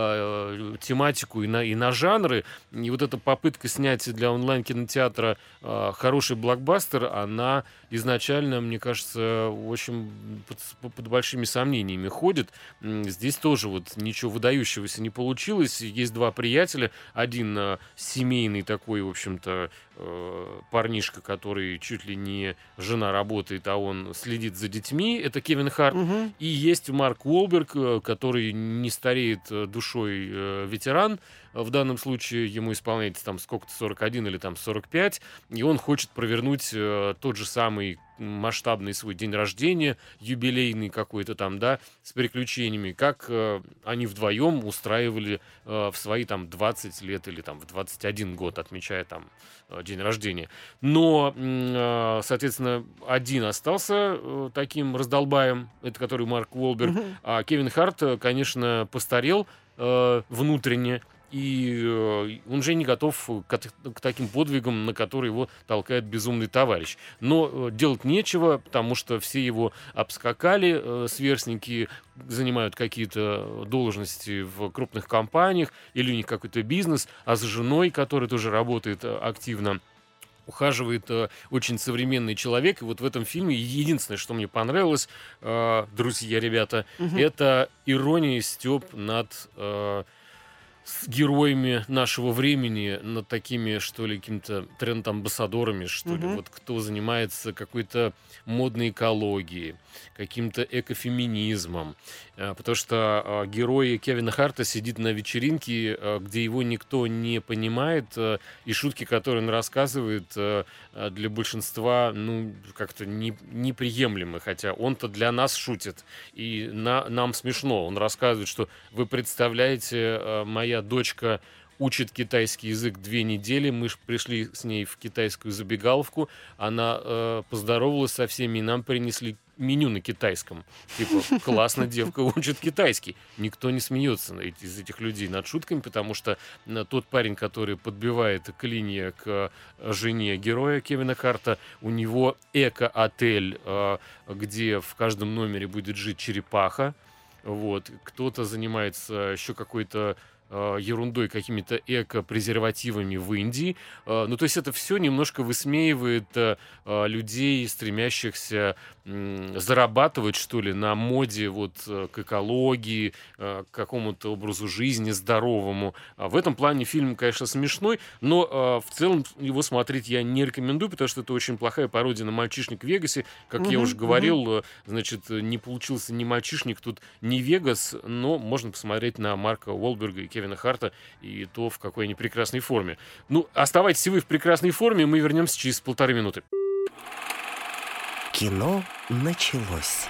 э, тематику и на, и на жанры. И вот эта попытка снять для онлайн-кинотеатра э, хороший блокбастер, она изначально, мне кажется, очень под, под большими сомнениями ходит. М, Здесь тоже вот ничего выдающегося не получилось. Есть два приятеля. Один э, семейный такой, в общем-то, э, парнишка, который чуть ли не жена работает, а он следит за детьми. Это Кевин Харт. Мгм. И есть Марк Уолберг, э, который не стареет э, душой, э, ветеран. В данном случае ему исполняется там сколько-то сорок один или там сорок пять. И он хочет провернуть э, тот же самый масштабный свой день рождения, юбилейный какой-то там, да, с приключениями, как э, они вдвоем устраивали э, в свои там двадцать лет или там в двадцать один год, отмечая там э, день рождения. Но, м, э, соответственно, один остался э, таким раздолбаем, это который Марк Уолберг, Мгм. а Кевин Харт, э, конечно, постарел э, внутренне, и э, он же не готов к, от- к таким подвигам, на которые его толкает безумный товарищ. Но э, делать нечего, потому что все его обскакали, э, сверстники занимают какие-то должности в крупных компаниях, или у них какой-то бизнес, а за женой, которая тоже работает э, активно, ухаживает э, очень современный человек. И вот в этом фильме единственное, что мне понравилось, э, друзья, ребята, Мгм. это ирония и стёб над э, с героями нашего времени, над такими, что ли, какими-то тренд-амбассадорами, что ли, Мгм. вот кто занимается какой-то модной экологией, каким-то экофеминизмом. Э, Потому что э, герой Кевина Харта сидит на вечеринке, э, где его никто не понимает, э, и шутки, которые он рассказывает, э, э, для большинства, ну, как-то не- неприемлемы, хотя он-то для нас шутит, и на- нам смешно. Он рассказывает, что вы представляете, э, моя дочка учит китайский язык две недели. Мы ж пришли с ней в китайскую забегаловку. Она э, поздоровалась со всеми, и нам принесли меню на китайском. Типа, классно, девка учит китайский. Никто не смеется на эти- из этих людей над шутками, потому что э, тот парень, который подбивает клинья к э, жене героя Кевина Харта, у него эко-отель, э, где в каждом номере будет жить черепаха. Вот. Кто-то занимается еще какой-то э, ерундой, какими-то эко-презервативами в Индии. Э, ну, то есть это все немножко высмеивает э, э, людей, стремящихся м, зарабатывать, что ли, на моде вот э, к экологии, э, к какому-то образу жизни здоровому. А в этом плане фильм, конечно, смешной, но э, в целом его смотреть я не рекомендую, потому что это очень плохая пародия на «Мальчишник в Вегасе». Как я Мгм, уже мгм. говорил, э, значит, э, не получился ни «Мальчишник», тут не «Вегас», но можно посмотреть на Марка Уолберга и Кевина Харта, и то, в какой они прекрасной форме. Ну, оставайтесь и вы в прекрасной форме, мы вернемся через полторы минуты. Кино началось.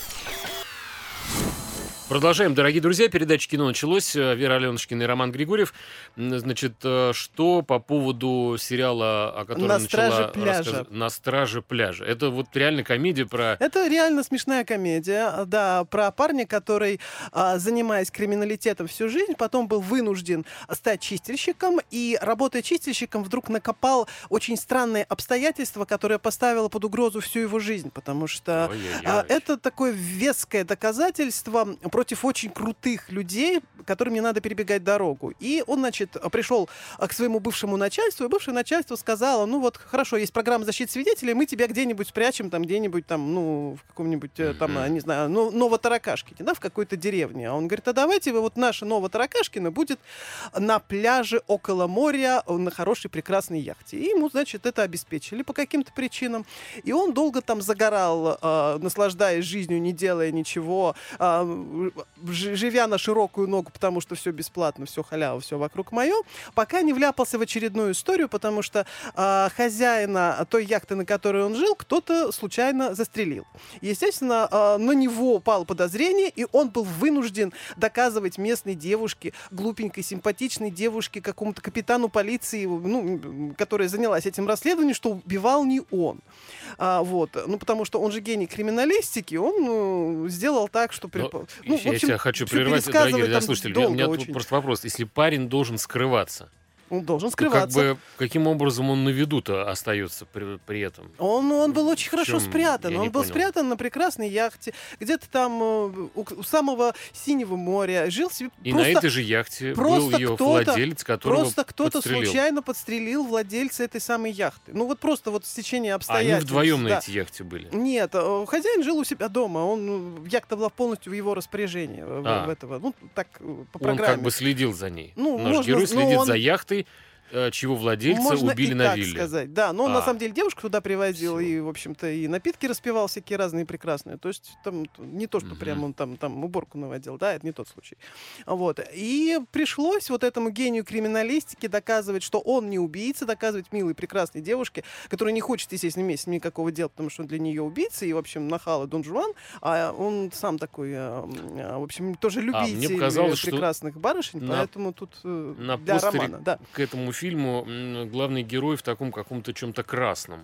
Продолжаем, дорогие друзья. Передача «Кино» началось. Э, Вера Аленушкина и Роман Григорьев. М, Значит, э, что по поводу сериала, о котором «На начала страже пляжа». рассказывать? «На страже пляжа». Это вот реально комедия про... Это реально смешная комедия, а, да, про парня, который, а, занимаясь криминалитетом всю жизнь, потом был вынужден стать чистильщиком, и, работая чистильщиком, вдруг накопал очень странные обстоятельства, которые поставило под угрозу всю его жизнь, потому что а, Ой-ой-ой. это такое веское доказательство против очень крутых людей, которым не надо перебегать дорогу. И он, значит, пришел к своему бывшему начальству, и бывшее начальство сказало, ну вот, хорошо, есть программа защиты свидетелей, мы тебя где-нибудь спрячем, там, где-нибудь там, ну, в каком-нибудь, там, Мгм. не знаю, ну, Новотаракашкине, да, в какой-то деревне. А он говорит, а давайте вы, вот наша Новотаракашкина будет на пляже около моря на хорошей, прекрасной яхте. И ему, значит, это обеспечили по каким-то причинам. И он долго там загорал, э, наслаждаясь жизнью, не делая ничего, э, ж- живя на широкую ногу, потому что все бесплатно, все халява, все вокруг мое, пока не вляпался в очередную историю, потому что э, хозяина той яхты, на которой он жил, кто-то случайно застрелил. Естественно, э, на него упало подозрение, и он был вынужден доказывать местной девушке, глупенькой, симпатичной девушке, какому-то капитану полиции, ну, которая занялась этим расследованием, что убивал не он. А, вот. Ну, потому что он же гений криминалистики, он ну, сделал так, что... При... Но Ну, я тебя хочу прервать, дорогие радиослушатели. У меня тут просто вопрос. Если парень должен скрываться, он должен ну, скрываться. как бы, каким образом он на виду-то остается при, при этом? Он, он был очень В хорошо чем? спрятан. Я Он не был понял. спрятан на прекрасной яхте, где-то там э, у, у самого синего моря. Жил себе И просто... на этой же яхте был просто ее кто-то- владелец, которого Просто кто-то подстрелил. случайно подстрелил владельца этой самой яхты. Ну вот просто вот стечение А обстоятельств. они вдвоем да. на этой яхте были? Нет, э, хозяин жил у себя дома, он, ну, яхта была полностью в его распоряжении. в- А. в этого, ну, так, э, по Он программе. как бы следил за ней. Ну, Наш можно- герой ну, следит он- за яхтой, э, чьего владельца Можно убили и на так вилле. сказать, да. Но он, А. на самом деле, девушку туда привозил, Всё. и, в общем-то, и напитки распивал всякие разные прекрасные. То есть там т- не то, что Мгм. прям он там, там уборку наводил, да, это не тот случай. Вот. И пришлось вот этому гению криминалистики доказывать, что он не убийца, доказывать милой, прекрасной девушке, которая не хочет, естественно, иметь с ним никакого дела, потому что он для нее убийца, и, в общем, нахал и Дон Жуан, а он сам такой, э, э, в общем, тоже А, мне любитель показалось, что прекрасных барышень, на- поэтому тут э, На для постере романа, да. к этому фильму м, главный герой в таком каком-то чем-то красном.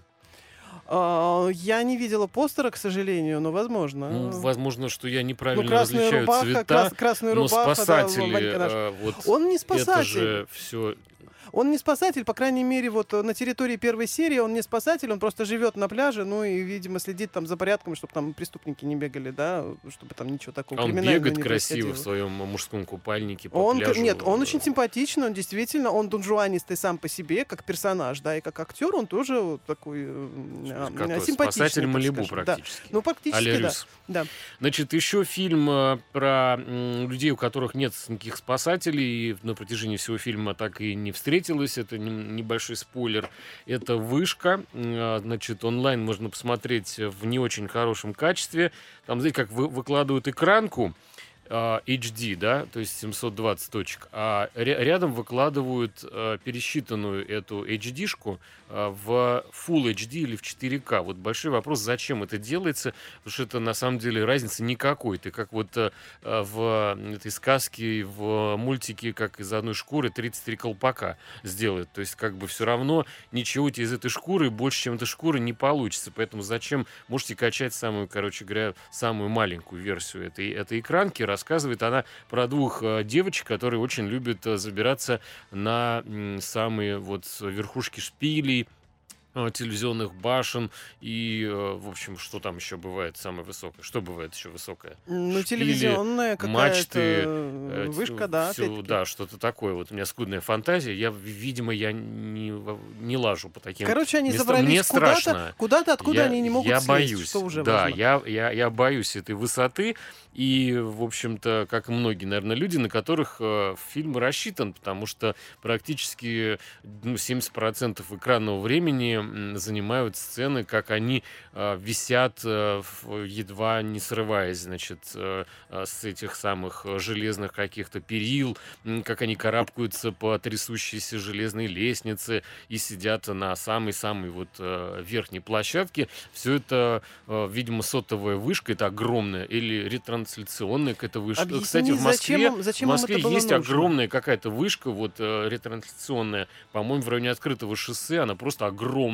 А, Я не видела постера, к сожалению, но возможно. Ну, возможно, что я Ну, неправильно красная различаю рубаха, цвета, крас- красная но рубаха, да, спасатели, Ванька наш. э, вот Он не это спасатель. же все... Он не спасатель, по крайней мере, вот э, на территории первой серии он не спасатель, он просто живет на пляже, ну и, видимо, следит там за порядком, чтобы там преступники не бегали, да, чтобы там ничего такого Он криминального бегает не красиво в происходило. своем мужском купальнике по Он, пляжу. нет, он очень симпатичный, он действительно, он донжуанистый сам по себе, как персонаж, да, и как актер он тоже вот такой э, э, Как симпатичный. спасатель так Малибу скажем, да. практически. Ну, практически, А-ля да. Рюс. да. Значит, еще фильм э, про м, людей, у которых нет никаких спасателей, и на протяжении всего фильма так и не встретилось. Это не- небольшой спойлер. Это «Вышка». Э, Значит, онлайн можно посмотреть в не очень хорошем качестве. Там, знаете, как вы- выкладывают экранку, а, эйч ди, да, то есть семьсот двадцать точек, а ря- рядом выкладывают а, пересчитанную эту эйч ди-шку а, в Full эйч ди или в четыре ка. Вот большой вопрос, зачем это делается, потому что это на самом деле разницы никакой. Ты как вот а, а, в этой сказке, в мультике, как из одной шкуры тридцать три колпака сделают. То есть как бы все равно ничего у тебя из этой шкуры больше, чем этой шкуры, не получится. Поэтому зачем? Можете качать самую, короче говоря, самую маленькую версию этой, этой экранки. Рассказывает она про двух э, девочек, которые очень любят э, забираться на м, самые вот верхушки шпилей, э, телевизионных башен и, э, в общем, что там еще бывает самое высокое? Что бывает еще высокое? Ну, Шпили, телевизионная какая-то мачты, э, э, вышка, да, всё, опять-таки. да, что-то такое. Вот у меня скудная фантазия. Я, видимо, я не, во- не лажу по таким Короче, они местам. забрались Мне куда-то, страшно. куда-то, откуда я, они не могут я слезть, боюсь, что уже да, важно. я, я, я боюсь этой высоты. И, в общем-то, как и многие, наверное, люди, на которых э, фильм рассчитан, потому что практически ну, семьдесят процентов экранного времени м, занимают сцены, как они э, висят, э, в- едва не срываясь, значит, э, э, с этих самых э, железных каких-то перил, м, как они карабкаются по трясущейся железной лестнице и сидят на самой-самой вот э, верхней площадке. Все это, э, видимо, сотовая вышка, это огромная, или ретрансляционная какая-то вышка. Объясни, Кстати, в зачем Москве, им- зачем в им Москве это было есть нужно? огромная какая-то вышка, вот э, ретрансляционная, по-моему, в районе Открытого шоссе, она просто огромная.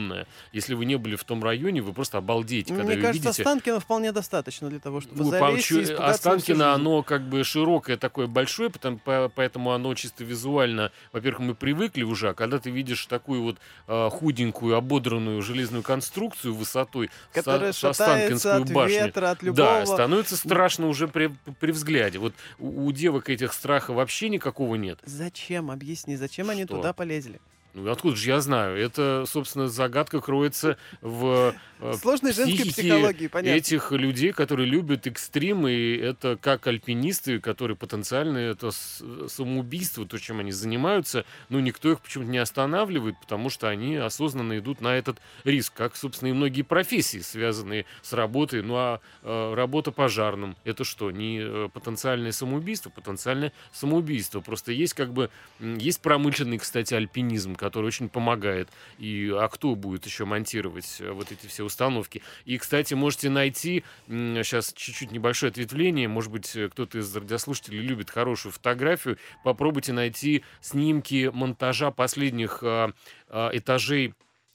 огромная. Если вы не были в том районе, вы просто обалдеете, когда Мне ее кажется, видите. Останкино вполне достаточно для того, чтобы Ну, залезть получу- и испугаться на всю Останкино, жизнь. оно как бы широкое, такое большое, потому, по- поэтому оно чисто визуально, во-первых, мы привыкли уже, а когда ты видишь такую вот а, худенькую, ободранную железную конструкцию высотой Которая со, со шатается Останкинскую от башню, ветра, от да, любого. становится страшно уже при, при взгляде. Вот у, у девок этих страха вообще никакого нет. Зачем? Объясни, зачем они Что? туда полезли? Ну, откуда же я знаю? Это, собственно, загадка кроется в э, Сложной женской психике психологии, понятно. этих людей, которые любят экстрим, и это как альпинисты, которые потенциально это с- самоубийство, то, чем они занимаются, но никто их почему-то не останавливает, потому что они осознанно идут на этот риск, как, собственно, и многие профессии, связанные с работой. Ну, а э, работа пожарным, это что, не э, потенциальное самоубийство? Потенциальное самоубийство. Просто есть как бы, м, есть промышленный, кстати, альпинизм, который очень помогает. И, а кто будет еще монтировать э, вот эти все установки? И, кстати, можете найти, м, сейчас чуть-чуть небольшое ответвление, может быть, э, кто-то из радиослушателей любит хорошую фотографию, попробуйте найти снимки монтажа последних э, э, этажей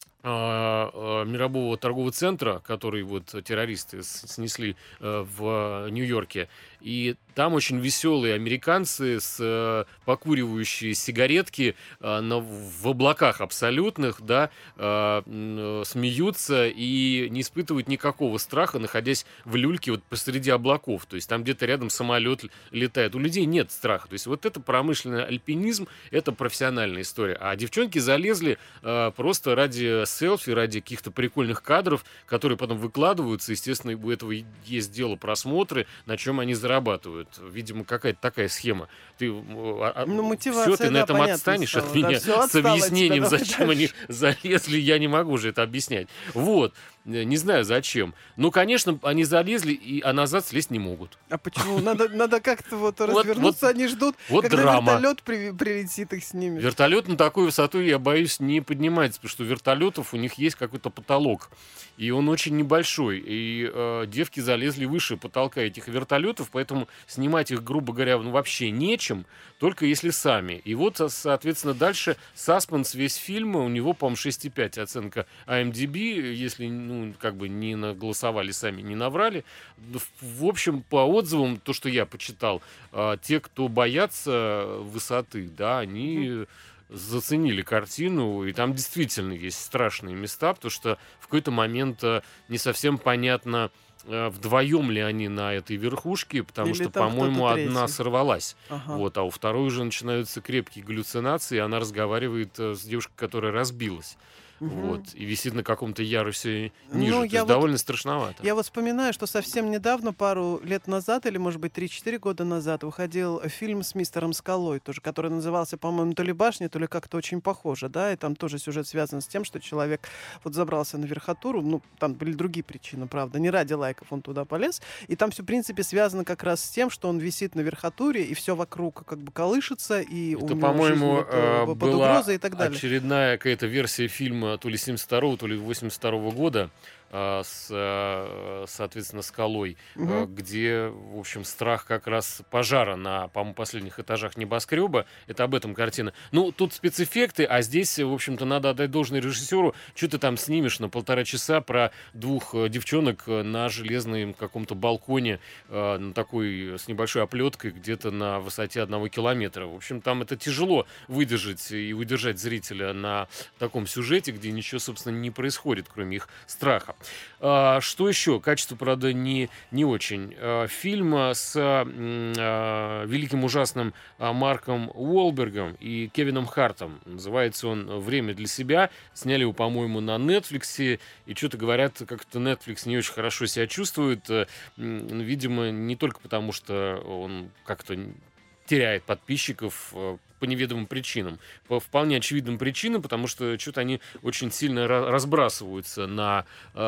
а, а, мирового торгового центра, который вот террористы с- снесли э, в Нью-Йорке. И там очень веселые американцы с э, покуривающие сигаретки э, на- в облаках абсолютных, да, э, м, э, смеются и не испытывают никакого страха, находясь в люльке вот посреди облаков. То есть там где-то рядом самолет л- летает. У людей нет страха. То есть вот это промышленный альпинизм, это профессиональная история. А девчонки залезли э, просто ради селфи, ради каких-то прикольных кадров, которые потом выкладываются. Естественно, у этого есть дело просмотры, на чем они зарабатывают. Видимо, какая-то такая схема. Ты, Ну, все, мотивация, ты на да, этом понятно отстанешь стала. от Да, меня всё, с отстала от тебя, объяснением, давай зачем они дальше. залезли, я не могу же это объяснять. Вот. Э, Не знаю, зачем. Ну, конечно, они залезли, и, а назад слезть не могут. А почему? Надо, надо как-то вот Вот- развернуться, вот- они ждут, вот когда драма. вертолет при- прилетит, их снимет. Вертолет на такую высоту, я боюсь, не поднимается, потому что у вертолетов у них есть какой-то потолок. И он очень небольшой. И э, девки залезли выше потолка этих вертолетов, поэтому снимать их, грубо говоря, ну, вообще нечем, только если сами. И вот, со- соответственно, дальше саспенс весь фильма, у него, по-моему, шесть и пять оценка ай эм ди би, если, ну, как бы не наголосовали сами, не наврали. В, в общем, по отзывам, то, что я почитал, э, те, кто боятся высоты, да, они заценили картину, и там действительно есть страшные места, потому что в какой-то момент э, не совсем понятно, э, вдвоем ли они на этой верхушке, потому Или что, там по-моему, кто-то одна третий. сорвалась. Ага. Вот, а у второй уже начинаются крепкие галлюцинации, и она разговаривает э, с девушкой, которая разбилась. Мгм. Вот, и висит на каком-то ярусе Ну, ниже. То я есть вот- довольно страшновато. Я вот вспоминаю, что совсем недавно, пару лет назад, или, может быть, три-четыре года назад, выходил фильм с мистером Скалой, тоже, который назывался, по-моему, то ли «Башня», то ли как-то очень похоже, да, и там тоже сюжет связан с тем, что человек вот забрался на верхотуру, ну, там были другие причины, правда, не ради лайков он туда полез, и там все, в принципе, связано как раз с тем, что он висит на верхотуре, и все вокруг как бы колышется, и у Это, него по-моему, жизнь вот, э, э, под была угрозой и так далее. очередная какая-то версия фильма то ли семьдесят второго, то ли восемьдесят второго года а, с, а, соответственно, «Скалой», Мгм. а, где, в общем, страх как раз пожара на, по-моему, последних этажах небоскреба. Это об этом картина. Ну, тут спецэффекты, а здесь, в общем-то, надо отдать должное режиссеру. Что ты там снимешь на полтора часа про двух э, девчонок э, на железном каком-то балконе, э, на такой, с небольшой оплеткой, где-то на высоте одного километра. В общем, там это тяжело выдержать и удержать зрителя на таком сюжете, где ничего, собственно, не происходит, кроме их страха. А, что еще? Качество, правда, не, не очень. А, фильм а, с м, а, великим ужасным а, Марком Уолбергом и Кевином Хартом. Называется он «Время для себя». Сняли его, по-моему, на Netflix. И что-то говорят, как-то Netflix не очень хорошо себя чувствует. Э, м, Видимо, не только потому, что он как-то теряет подписчиков э, по неведомым причинам. По вполне очевидным причинам, потому что что-то они очень сильно ра- разбрасываются на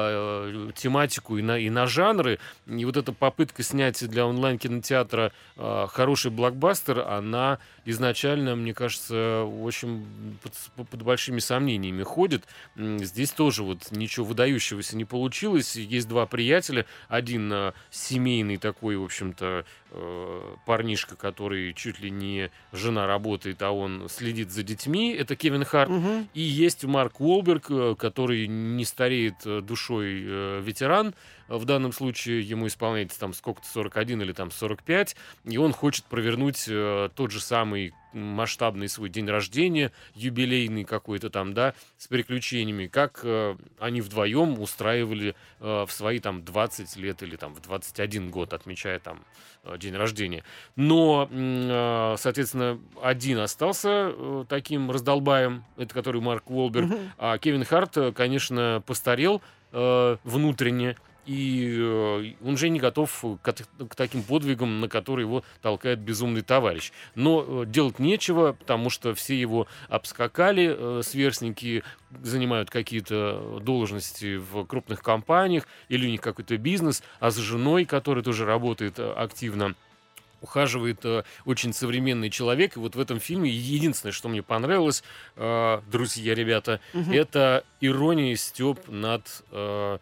э, тематику и на, и на жанры. И вот эта попытка снять для онлайн-кинотеатра э, хороший блокбастер, она изначально, мне кажется, очень под, под большими сомнениями ходит. М, Здесь тоже вот ничего выдающегося не получилось. Есть два приятеля. Один э, семейный такой, в общем-то, э, парнишка, который чуть ли не жена работает работает, а он следит за детьми. Это Кевин Харт. Мгм. И есть Марк Уолберг, э, который не стареет э, душой, э, ветеран. В данном случае ему исполняется там сколько-то сорок один или там сорок пять, и он хочет провернуть э, тот же самый масштабный свой день рождения, юбилейный какой-то там, да, с приключениями, как э, они вдвоем устраивали э, в свои там двадцать лет или там в двадцать один год, отмечая там э, день рождения. Но, м, э, соответственно, один остался э, таким раздолбаем, это который Марк Уолберг, Мгм. а Кевин Харт, э, конечно, постарел э, внутренне, и э, он же не готов к, от- к таким подвигам, на которые его толкает безумный товарищ. Но э, делать нечего, потому что все его обскакали, э, сверстники занимают какие-то должности в крупных компаниях, или у них какой-то бизнес, а за женой, которая тоже работает э, активно, ухаживает э, очень современный человек. И вот в этом фильме единственное, что мне понравилось, э, друзья, ребята, Мгм. это ирония и стёб над э,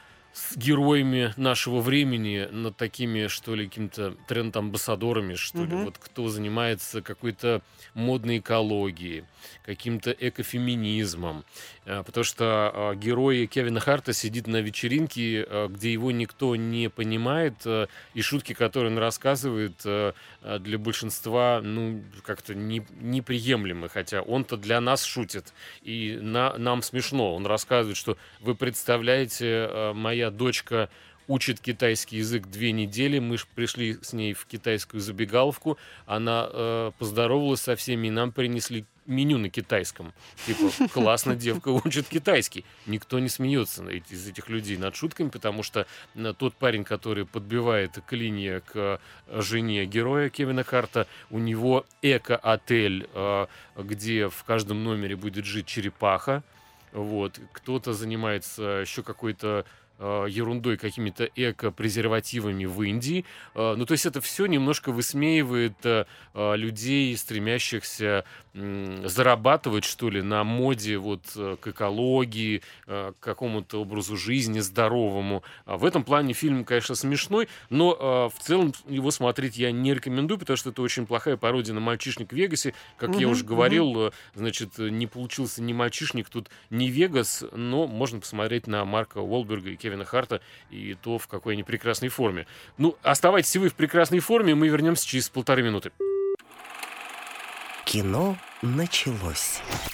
с героями нашего времени, над такими, что ли, какими-то тренд-амбассадорами, что ли. Мгм. Вот кто занимается какой-то модной экологией, каким-то экофеминизмом. Э, Потому что э, герой Кевина Харта сидит на вечеринке, э, где его никто не понимает, э, и шутки, которые он рассказывает, э, э, для большинства, ну, как-то не- неприемлемы, хотя он-то для нас шутит, и на- нам смешно. Он рассказывает, что вы представляете, э, моя дочка учит китайский язык две недели. Мы ж пришли с ней в китайскую забегаловку. Она э, поздоровалась со всеми, и нам принесли меню на китайском. Типа, классно, девка учит китайский. Никто не смеется на эти- из этих людей над шутками, потому что э, тот парень, который подбивает клинья к э, жене героя Кевина Харта, у него эко-отель, э, где в каждом номере будет жить черепаха. Вот. Кто-то занимается еще какой-то э, ерундой, какими-то эко-презервативами в Индии. Э, ну, то есть это все немножко высмеивает э, э, людей, стремящихся м, зарабатывать, что ли, на моде вот э, к экологии, э, к какому-то образу жизни здоровому. А в этом плане фильм, конечно, смешной, но э, в целом его смотреть я не рекомендую, потому что это очень плохая пародия на «Мальчишник в Вегасе». Как я Мгм, уже мгм. говорил, э, значит, э, не получился ни «Мальчишник», тут не Вегас, но можно посмотреть на Марка Уолберга и Кевина Харта, и то, в какой они прекрасной форме. Ну, оставайтесь вы в прекрасной форме, мы вернемся через полторы минуты. Кино началось.